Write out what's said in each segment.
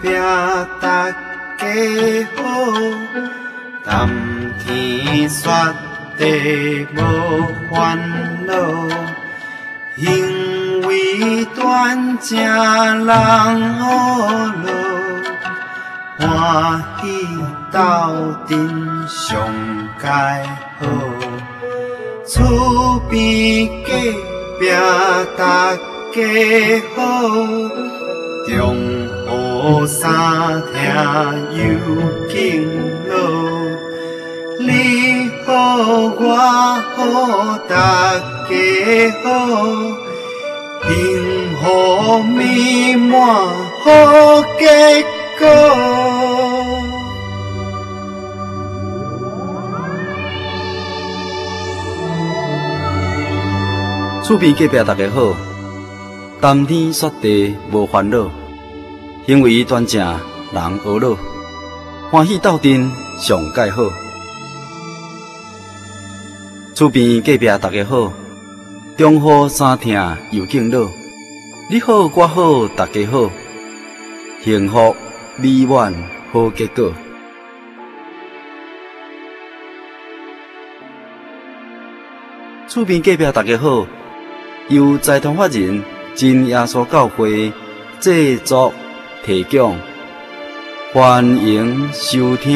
壁大家好，谈天说地无烦恼，因为断正人好路。欢喜斗阵上佳好，厝边隔壁大家好，中好三听又敬老，你好我好大家好，幸福美满好结果。 厝边隔壁大家好，谈天说地无烦恼，行为端正人和乐，欢喜斗阵上介好。厝边隔壁大家好，中好三听又敬老，你好我好大家好，幸福美满好结果。厝边隔壁大家好，由财团法人真耶稣教会制作提供，欢迎收听。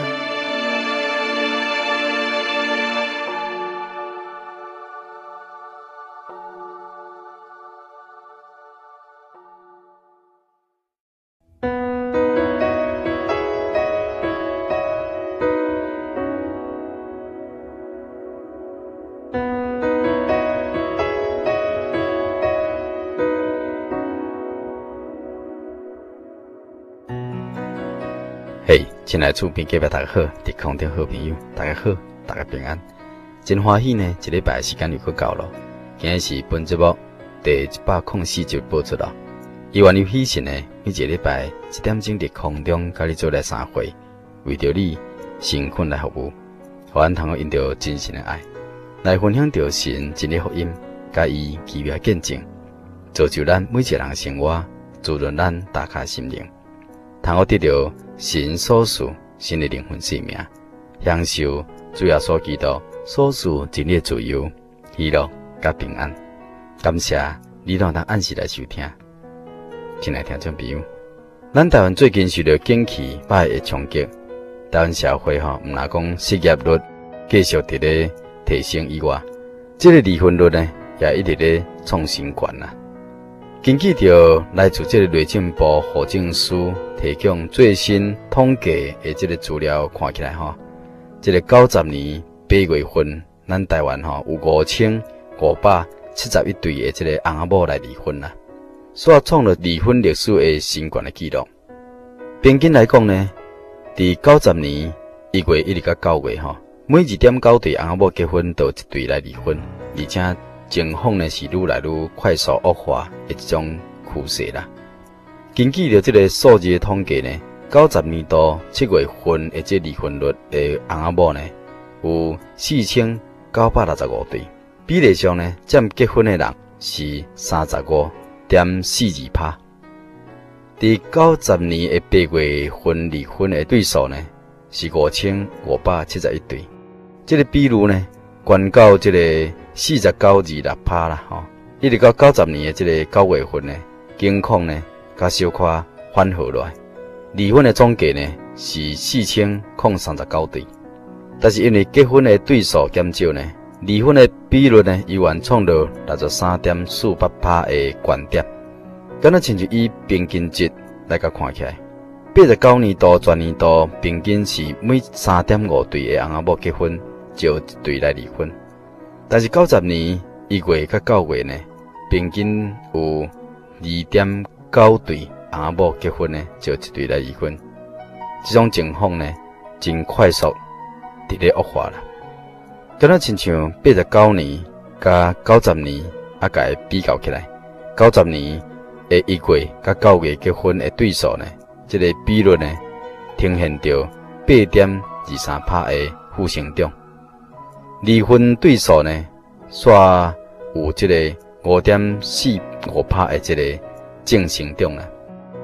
嘿，亲爱的厝边隔壁大家好，伫空中好朋友大家好，大家平安，真欢喜呢！一礼拜时间又搁到了，今日是本节目第104集播出了。伊原有喜讯呢，每一个礼拜1点钟伫空中甲你做来3回，为着你辛苦来服务，互咱通因着真心的爱，来分享着神真理福音，甲伊奇妙见证，造就咱每一个人的生活，滋润咱大家心灵，通好得到神所赐新的灵魂生命，享受主要所基督所赐真理自由、喜乐甲平安。感谢你让咱按时来收听，亲爱的听众朋友，咱台湾最近受到景气歹的冲击，台湾社会毋若讲失业率继续伫咧提升以外，这个离婚率呢也一直咧创新高啦。根据着来自这个内政部户政司提供最新统计的这个资料，看起来这个90年8月份，咱台湾有5571对的这个翁仔某来离婚啦，所创了离婚历史的新高的记录。平均来讲呢，伫90年1月1日到9月每 2.9 对翁仔某结婚，就1对来离婚，而且情况呢是愈来愈快速恶化的一种趋势啦。根据着这个数字的统计呢，90年度7月份的这离婚率的翁仔某呢有4965对，比例上呢占结婚的人是 35.42%。伫90年的8月份离婚的对数呢是5571对，这个比率呢悬到这个49.26%啦一直到90年的这个9月份呢，情况呢甲小可缓和落来，离婚的总计呢是4039对，但是因为结婚的对数减少呢，离婚的比率呢依然创到63.48%的高点。敢若亲像以平均值来甲看起来，89年度全年度平均是每 3.5 对的翁仔某结婚就1对来离婚，但是90年1月到9月呢，平均有 2.9 对翁仔某结婚呢就1对来离婚，这种情况呢真快速伫咧恶化啦。敢若亲像89年甲90年甲伊比较起来，90年的1月甲9月结婚的对数呢，这个比率呢呈现着 8.23% 的负成长，离婚对数呢煞有这个 5.45% 的这个正成长啦。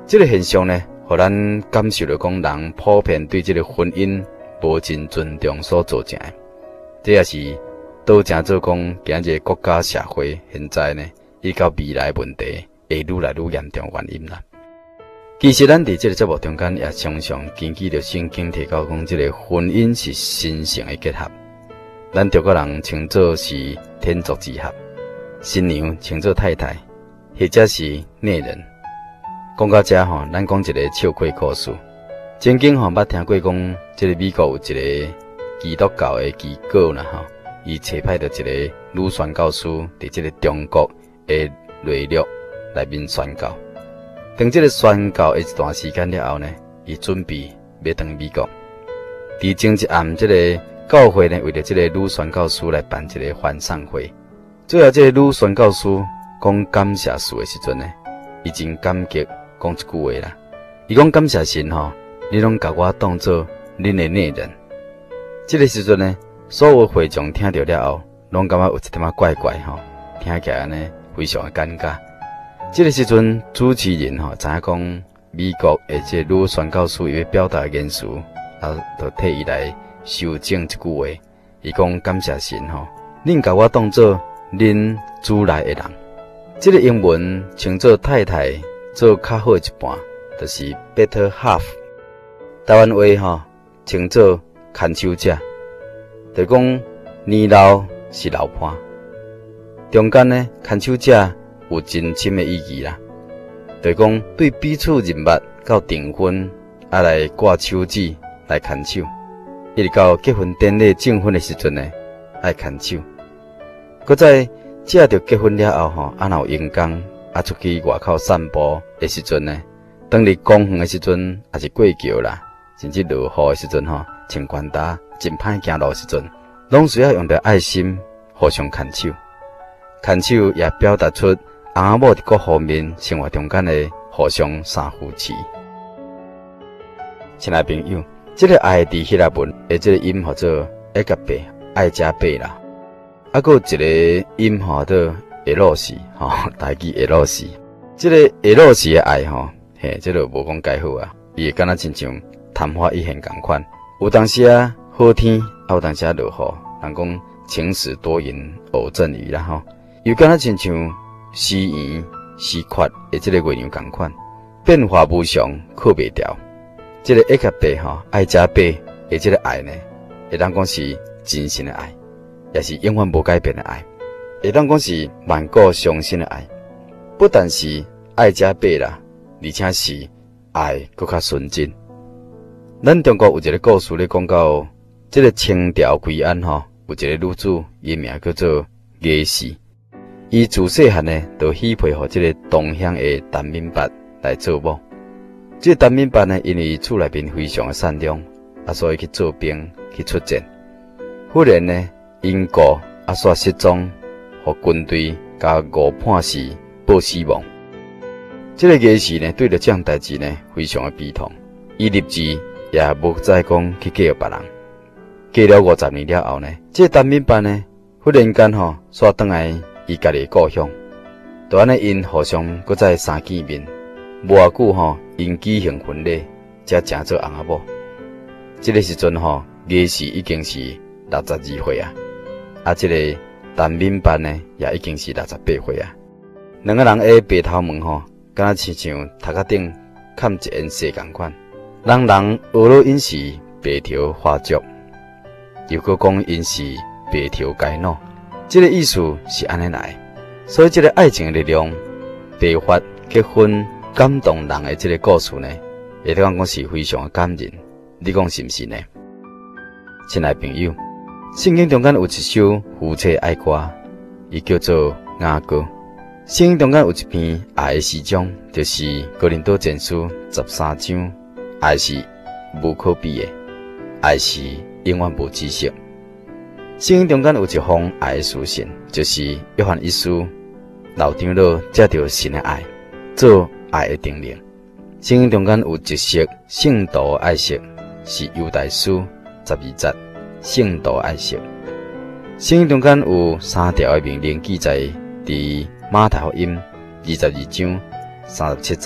这个现象呢，互咱感受到讲人普遍对这个婚姻无真尊重所造成的。这也是导致做讲今日国家社会现在呢，以到未来问题会愈来愈严重原因啦。其实咱伫这个节目中间也常常根据着圣经提到讲，这个婚姻是神圣的结合，咱中国人称作是天作之合，新娘称作太太，或者是内人。讲到这吼，咱讲一个笑话故事。曾经吼捌听过讲，这个美国有一个基督教的机构啦吼，伊找派到一个女宣教师伫这个中国的内陆内面宣教。等这个宣教的一段时间了后呢，伊准备要回美国。伫前一暗，这个教会呢为了这个女宣教师来办一个欢送会。最后这个女宣教师讲感谢主的时阵呢，伊真感激。讲一句话啦，伊讲感谢神吼，你拢甲我当作恁的内人。这个时阵呢，所有会众听到了后，拢感觉有一点仔怪怪吼，听起来呢非常的尴尬。这个时阵，主持人吼知影讲美国的这个女宣教师伊要表达的言辞，就替伊来修正一句话。伊讲感谢神吼，恁甲我当作恁主内的人。这个英文称作太太。做较好一半，就是 better half。台湾话吼称作看守者，就讲年老是老伴。中间呢，看守者有真深的意义啦，就讲对彼此认捌到订婚，来挂手指来看守，一直到结婚典礼证婚的时阵呢，爱看守。搁在借着结婚了后吼，若有阳光。出去外口散步的时阵呢，当你公园的时阵，也是过桥啦，甚至落雨的时阵吼，穿宽搭真歹行路的时阵，拢需要用着爱心互相牵手。牵手也表达出翁仔某伫各方面生活中间的互相三夫妻。亲爱朋友，这个爱伫希腊文的这个音叫做爱加贝，爱加贝啦，还有一个音叫做俄罗斯吼，台语俄罗斯，这个俄罗斯的爱吼，这个无讲介好啊，伊会敢若亲像昙花一现共款，有当时啊好天，有当时啊落雨，人讲晴时多云偶阵雨啦吼，又敢若亲像时圆时缺的这个月亮共款，变化无常，靠袂掉。这个爱加贝吼，爱加贝的这个爱呢，会当讲是真心的爱，也是永远无改变的爱。会当讲是万古伤心的爱，不但是爱加倍啦，而且是爱更较纯真。咱中国有一个故事咧，讲到这个清朝归安吼，有一个女子，伊名叫做叶氏，伊自细汉呢，就许配互这个同乡的陈敏伯来做某。这个陈敏伯呢，因为厝内面非常的善良，所以去做兵去出战。忽然呢，因故煞失踪。互军队甲误判时报死亡。这个叶氏呢，对着这样代志呢，非常的悲痛。伊立志也无再讲去嫁予别人。嫁了50年了后呢，这陈敏伯呢，忽然间吼，煞转来伊家己故乡。就安尼因互相搁再相见面，无偌久吼，因举行婚礼，才成做翁仔某。这个时阵吼，叶氏已经是62岁啊，这个。陈敏伯呢，也已经是68岁啊。两个人的白头毛吼，敢若亲像头壳顶嵌一缘石共款。人人学了因是白头花烛，又搁讲因是白头偕老。这个意思是安尼来，所以这个爱情的力量，白发结婚感动人的这个故事呢，会当讲是非常的感人。你讲是不是呢？亲爱朋友。圣经中间有一首夫妻爱歌，伊叫做雅歌。圣经中间有一篇爱的诗章，就是哥林多前书13章，爱是无可比的，爱是永远无止息。圣经中间有一封爱的书信，就是约翰一书老长老借着神的爱做爱的定令。圣经中间有一首圣道的爱诗，是犹大书12节。圣道爱惜，圣经中间有3条的命令记载伫马太福音22章37节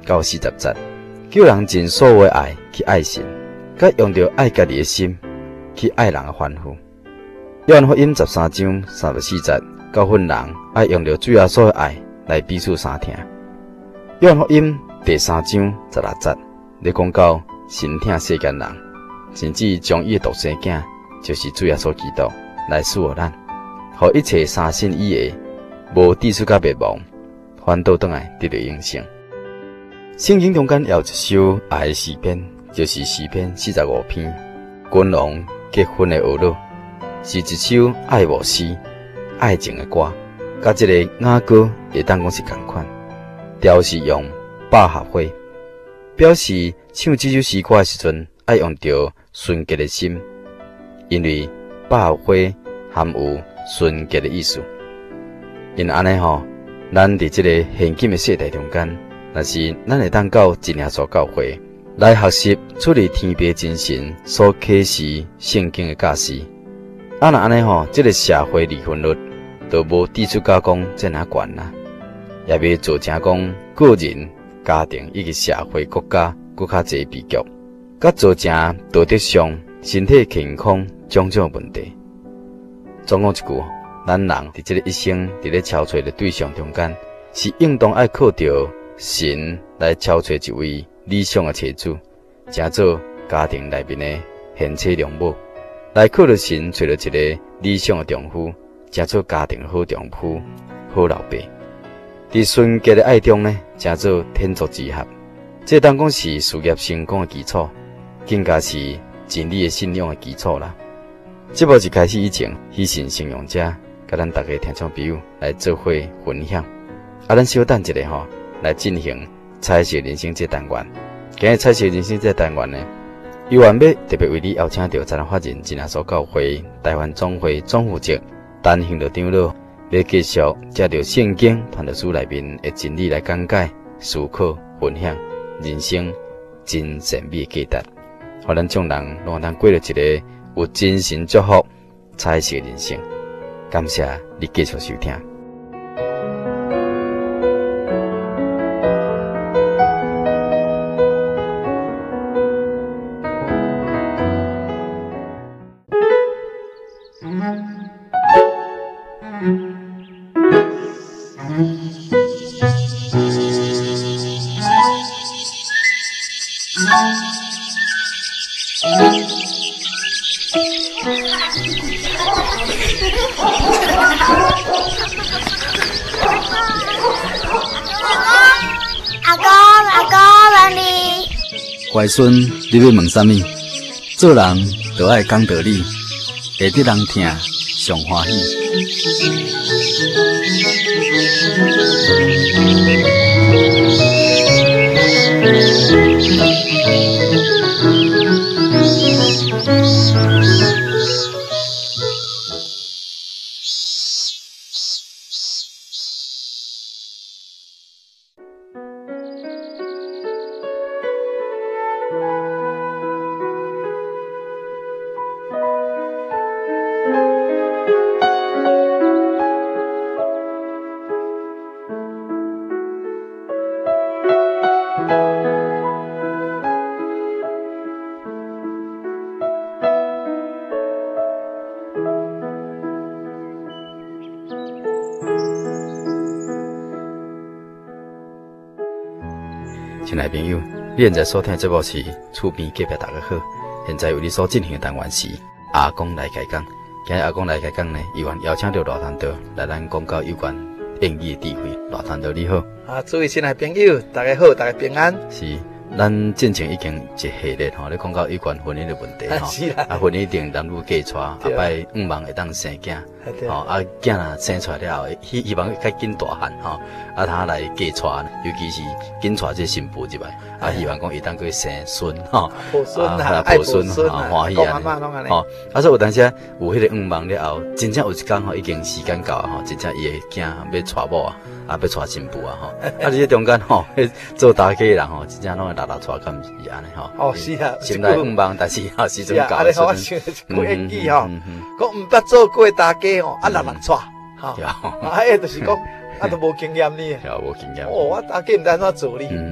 到40节，叫人尽所有的爱去爱神，甲用着爱家己的心去爱人的欢呼。约翰福音13章34节，教训人爱用着主耶稣的爱来彼此相听。约翰福音第3章16节，咧讲到神疼世间人，甚至将伊的独生囝，就是主耶稣基督来赐予咱，互一切相信伊的，无抵触甲灭亡，反倒转来得到永生。圣经中间也有一首爱的诗篇，就是诗篇45篇，君王结婚的恶乐，是一首爱慕诗、爱情的歌，甲这个雅歌会当讲是同款。调是用百合花，表示唱这首诗歌的时阵，爱用着纯洁的心，因为百合花含有纯洁的意思。因安尼吼，咱伫这个现今的世代中间，若是咱会当到真耶稣教会来学习出于天父真神所启示圣经的教示，若安尼吼，这个社会离婚率就无抵触甲讲这哪悬啦，也袂造成讲个人、家庭以及社会国家搁较侪悲剧，甲造成道德上、身体健康种种问题。总讲一句，咱人伫这个一生伫咧超找的对象中间，是应当爱靠着神来超找一位理想的妻子，成做家庭内面的贤妻良母；来靠着神找到一个理想的丈夫，成做家庭的好丈夫、好老爸。伫纯洁的爱中呢，成做天作之合。这当讲是事业成功的基础，更加是真理的信仰的基础啦。节目一开始以前，喜信信用者，甲咱大家听众朋友来做伙分享。咱稍等一下吼，来进行彩色人生这单元。今日彩色人生这单元呢，由原要特别为你邀请到财团法人真耶稣教会台湾总会总负责陈行道长老，要继续借着圣经传道书内面的真理来讲解、思考、分享人生真善美的价值，互咱众人拢能过着一个有真神祝福彩色人生。感谢你继续收听。 乖孙，你要问啥物？做人就爱讲道理，会得人听上欢喜。亲爱的朋友，你现在收听的节目是厝边隔壁大家好。现在为你所进行的单元是阿公来开讲。今日阿公来开讲呢，依然邀请到罗传道来咱讲到有关英语的智慧。罗传道你好。 诸位亲爱朋友，大家好，大家平安。 是。咱进前已经一系列吼，咧讲到有关婚姻的问题吼，婚姻定男女嫁娶，后摆5万会当生囝，吼囝若生出来了后，希望较紧大汉吼，他来嫁娶，尤其是紧娶这新妇入来，希望讲伊当去生孙吼， 抱孙抱孙欢喜啊，吼，所以有当时有迄个5万了后，真正有一天吼，已经时间到啊吼，真正伊的囝要娶某啊。要娶新妇啊吼，这中间吼，做大家的人吼，真正拢会拉拉带，敢毋是安尼吼？ 是啊， 心内5万，但是时阵到的时阵， 我想一句吼，讲毋捌做过大家吼，拉拉带，吼，就是讲，都无经验呢， 无经验。 我大家毋知安怎做呢，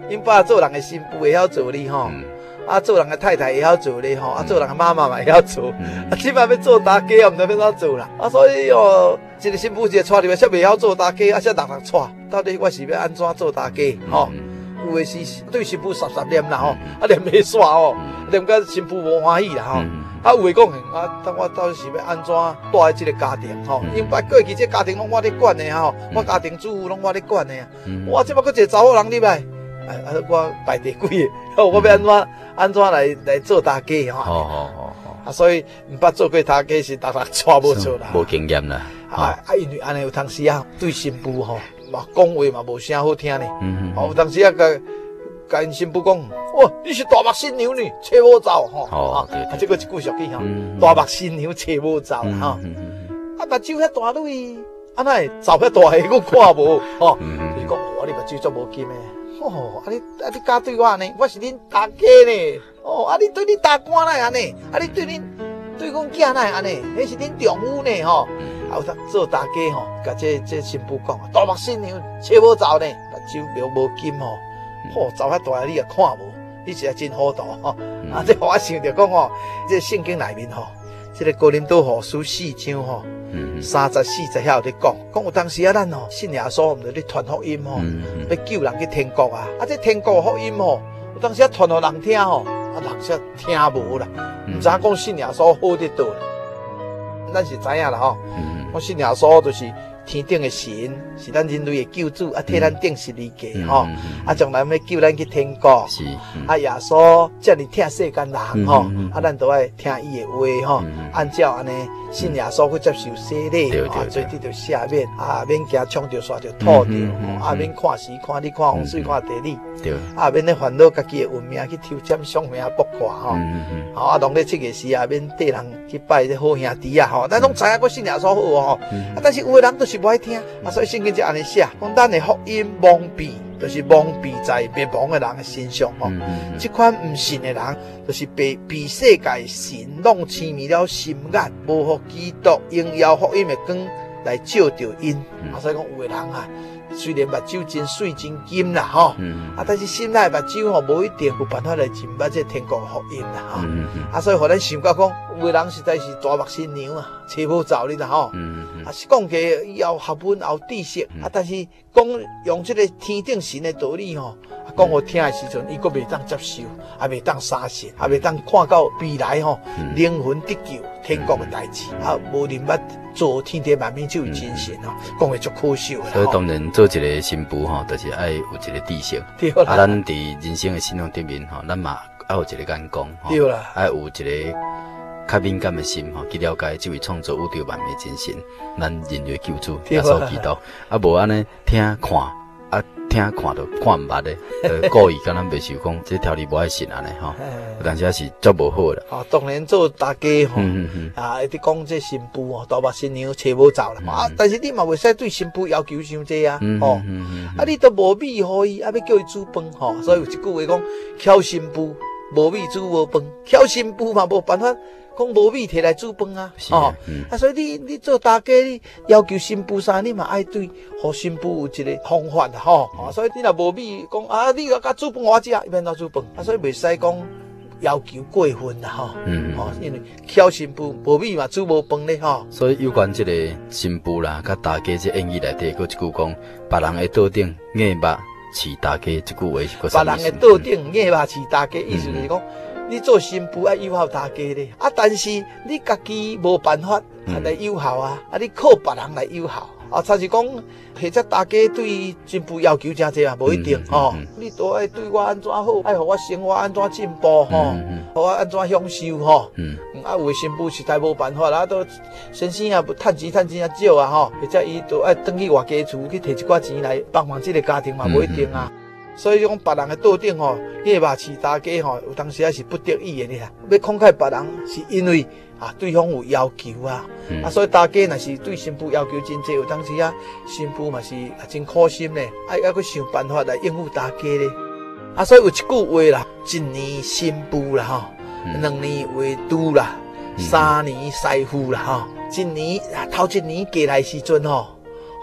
因爸做人的新妇会晓做哩吼。啊，做人的太太也要做咧吼，啊，做人的妈妈嘛也要做，啊，起码要做大家，我们都要怎做啦。啊，所以哦，一个新妇一个娶入来，却袂晓做大家，啊，却人娶，到底我是要安怎做大家？吼，有的是对新妇傻念啦吼，啊，念袂煞哦，念甲新妇无欢喜啦吼。啊，有的讲啊，当我到底是要安怎带喺这个家庭吼？因为过去这家庭拢我咧管的吼，我家庭主妇拢我咧管的啊。我即摆佫一个查某人入来，我排第几个？我要安怎来做大家吼？啊，所以毋捌做过大家是逐日带无做啦， 无经验啦。 因为安尼有当时啊，对新妇吼，嘛讲话嘛无啥好听呢。有当时啊，甲因新妇讲，哇，你是大目新娘呢，找无走吼。这个一句俗语吼，大目新娘找无走啦吼。啊，目睭遐大蕊，安那会走遐大个，我看无吼。你讲我你目睭足无金诶。哦，你敢对我安尼？我是恁大家呢。哦，你对恁大官来安尼？你对阮囝来安尼？迄是恁丈夫呢吼。有当做大家吼，甲这新妇讲，大目新娘找无走呢，目睭流无金吼。走遐大你也看无，你实在真糊涂吼。这我想着讲吼，这圣经内面吼，这个哥林多后书4章吼。34节遐有咧讲有当时啊，咱吼信耶稣，毋着咧传福音吼，要救人去天国啊。这天国福音吼，有当时啊传互人听吼，人却听无啦，毋知影讲信耶稣好伫倒。咱是知影啦吼，讲信耶稣就是天顶的神，是咱人类的救主，替咱定十字架吼，将来要救咱去天国。是耶稣遮尔疼世间人吼，咱都爱听伊的话吼，按照安尼信耶稣去接受洗礼，做得到赦免，免惊冲着刷着吐着，免看时看你看风水看地理，免咧烦恼家己的运命去抽签相命卜卦吼，农历7月4免缀人去拜这好兄弟啊吼，咱拢知影个信耶稣好吼，但是有的人都是。不爱听所以圣经就安尼写，讲咱的福音蒙蔽，就是蒙蔽在灭亡的人的身上吼。这款唔信的人，就是被世界神弄痴迷了心眼，无互基督荣耀福音的光来照着因。所以讲有的人啊，虽然目睭真水真金啦吼，但是心内目睭吼无一定有办法来进捌这天国福音啦吼。所以互咱想到讲，有的人实在是大目新娘啊，找无走哩啦吼。是讲起以后学问后知识但是讲用这个天顶神的道理吼，讲互听的时阵，伊阁袂当接受，也袂当相信，也袂当看到未来吼灵魂得救天国的代志无能捌做天地万面就有精神讲会足可惜啦。 所以当然做一个新妇吼，就是爱有一个知识。对啦。咱伫人生的信仰顶面吼，咱嘛爱有一个眼光吼，对啦，爱有一个较敏感的心吼，去了解这位创造宇宙万物真神，咱人类救主耶稣基督。无安尼听看听看都看唔捌的，故意跟咱袂受讲，这条理无爱信安尼吼。但是也是足无好啦。 当然做大家吼，你讲这新妇吼，大目新娘找无走啦。但是你嘛袂使对新妇要求伤济啊，吼。你都无米互伊，要叫伊煮饭吼。所以有一句话讲，巧新妇无米煮无饭，巧新妇嘛无办法。讲无米摕来煮饭啊，所以你做大家，你要求新妇啥，你嘛爱对，互新妇有一个方法啦，吼。所以你若无米，讲你甲煮饭我食，伊免怎煮饭，所以袂使讲要求过分啦，吼。因为巧新妇无米嘛煮无饭咧，吼。 所以有关这个新妇啦，甲大家这演义内底，佫一句讲，别人的桌顶硬肉饲大家，这句话是个啥意思？ 别人的桌顶硬肉饲大家，意思就是讲。你做新妇要友好大家咧，但是你家己无办法来友好你靠别人来友好才是讲，或者大家对新妇要求真济无一定你都爱对我安怎好，爱互我生活安怎进步互我安怎享受有的新妇实在无办法都先生也趁钱少或者伊都爱转去外家厝去摕一寡钱来帮忙这个家庭嘛无一定所以讲别人的桌顶硬肉饲大家有当时也是不得已的啦。要慷慨别人，是因为对方有要求所以大家若是对新妇要求真济，有当时新妇嘛是真苦心咧，要去想办法来应付大家咧。所以有一句话啦，一年新妇啦2年为拄啦，3年媳妇啦一年头一年过来时阵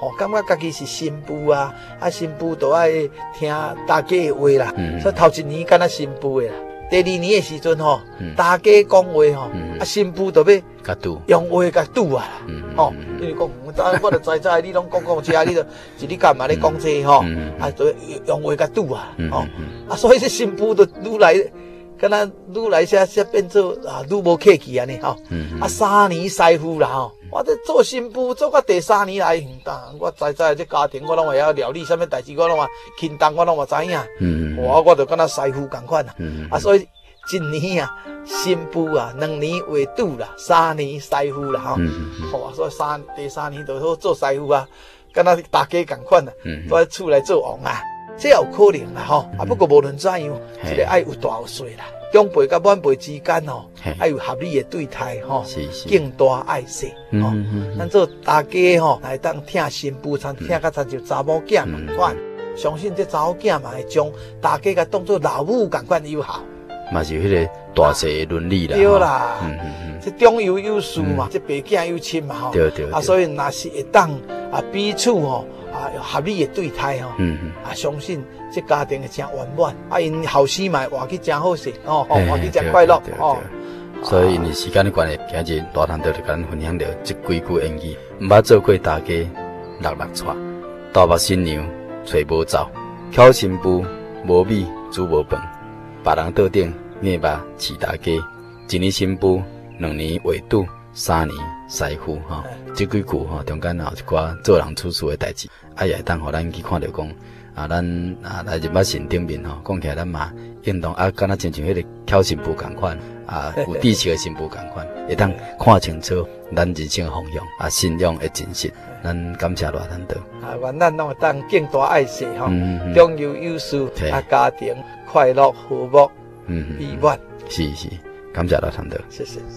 感觉家己是新妇啊，新妇都爱听大家的话啦，所以头一年敢若新妇的啦。第二年的时阵大家讲话新妇就要用话甲堵啊，因为讲我就知你拢讲这，你就一日干嘛咧讲这就用话甲堵啊，所以这新妇就愈来，敢若愈来些变做愈无客气安尼3年师傅啦我这做新妇做到第3年来，我知这家庭我拢会晓料理什么代志，我拢轻重我拢知影，我就敢若师傅同款所以一年新妇2年为拄啦，3年师傅啦所以第3年就好做师傅敢若大家同款都在厝内做王这有可能啦不过无论怎样，这个爱有大有小啦。长辈甲晚辈之间爱有合理的对待敬大爱惜咱做大家来当听新妇听甲亲像查某囝同款，相信这查某囝嘛会将大家甲当作老母同款有效， 嘛是迄个大细的伦理啦。 对啦，这中有有事嘛，这白囝有亲嘛对所以若是会当彼此合理的对待相信这家庭会真圆满因后生嘛活去真好势活去真快乐所以因为时间的关系，今日大堂就跟咱分享到这几句言语。毋捌做过大家落娶，大目新娘找无走，巧新妇无米煮无饭，别人桌顶硬肉饲大家。1年新妇，2年话拄，3年师傅这几句中间有一寡做人处事的代志，也会当互咱去看到讲咱来入捌神顶面讲起来咱嘛应当敢若亲像迄个巧新妇同款有知识的新妇同款，会当看清楚咱人生的方向信仰的真实。咱感谢大堂道愿咱拢会当敬大爱惜中有有事家庭快乐和睦美满。 是，感谢大堂道， 谢谢。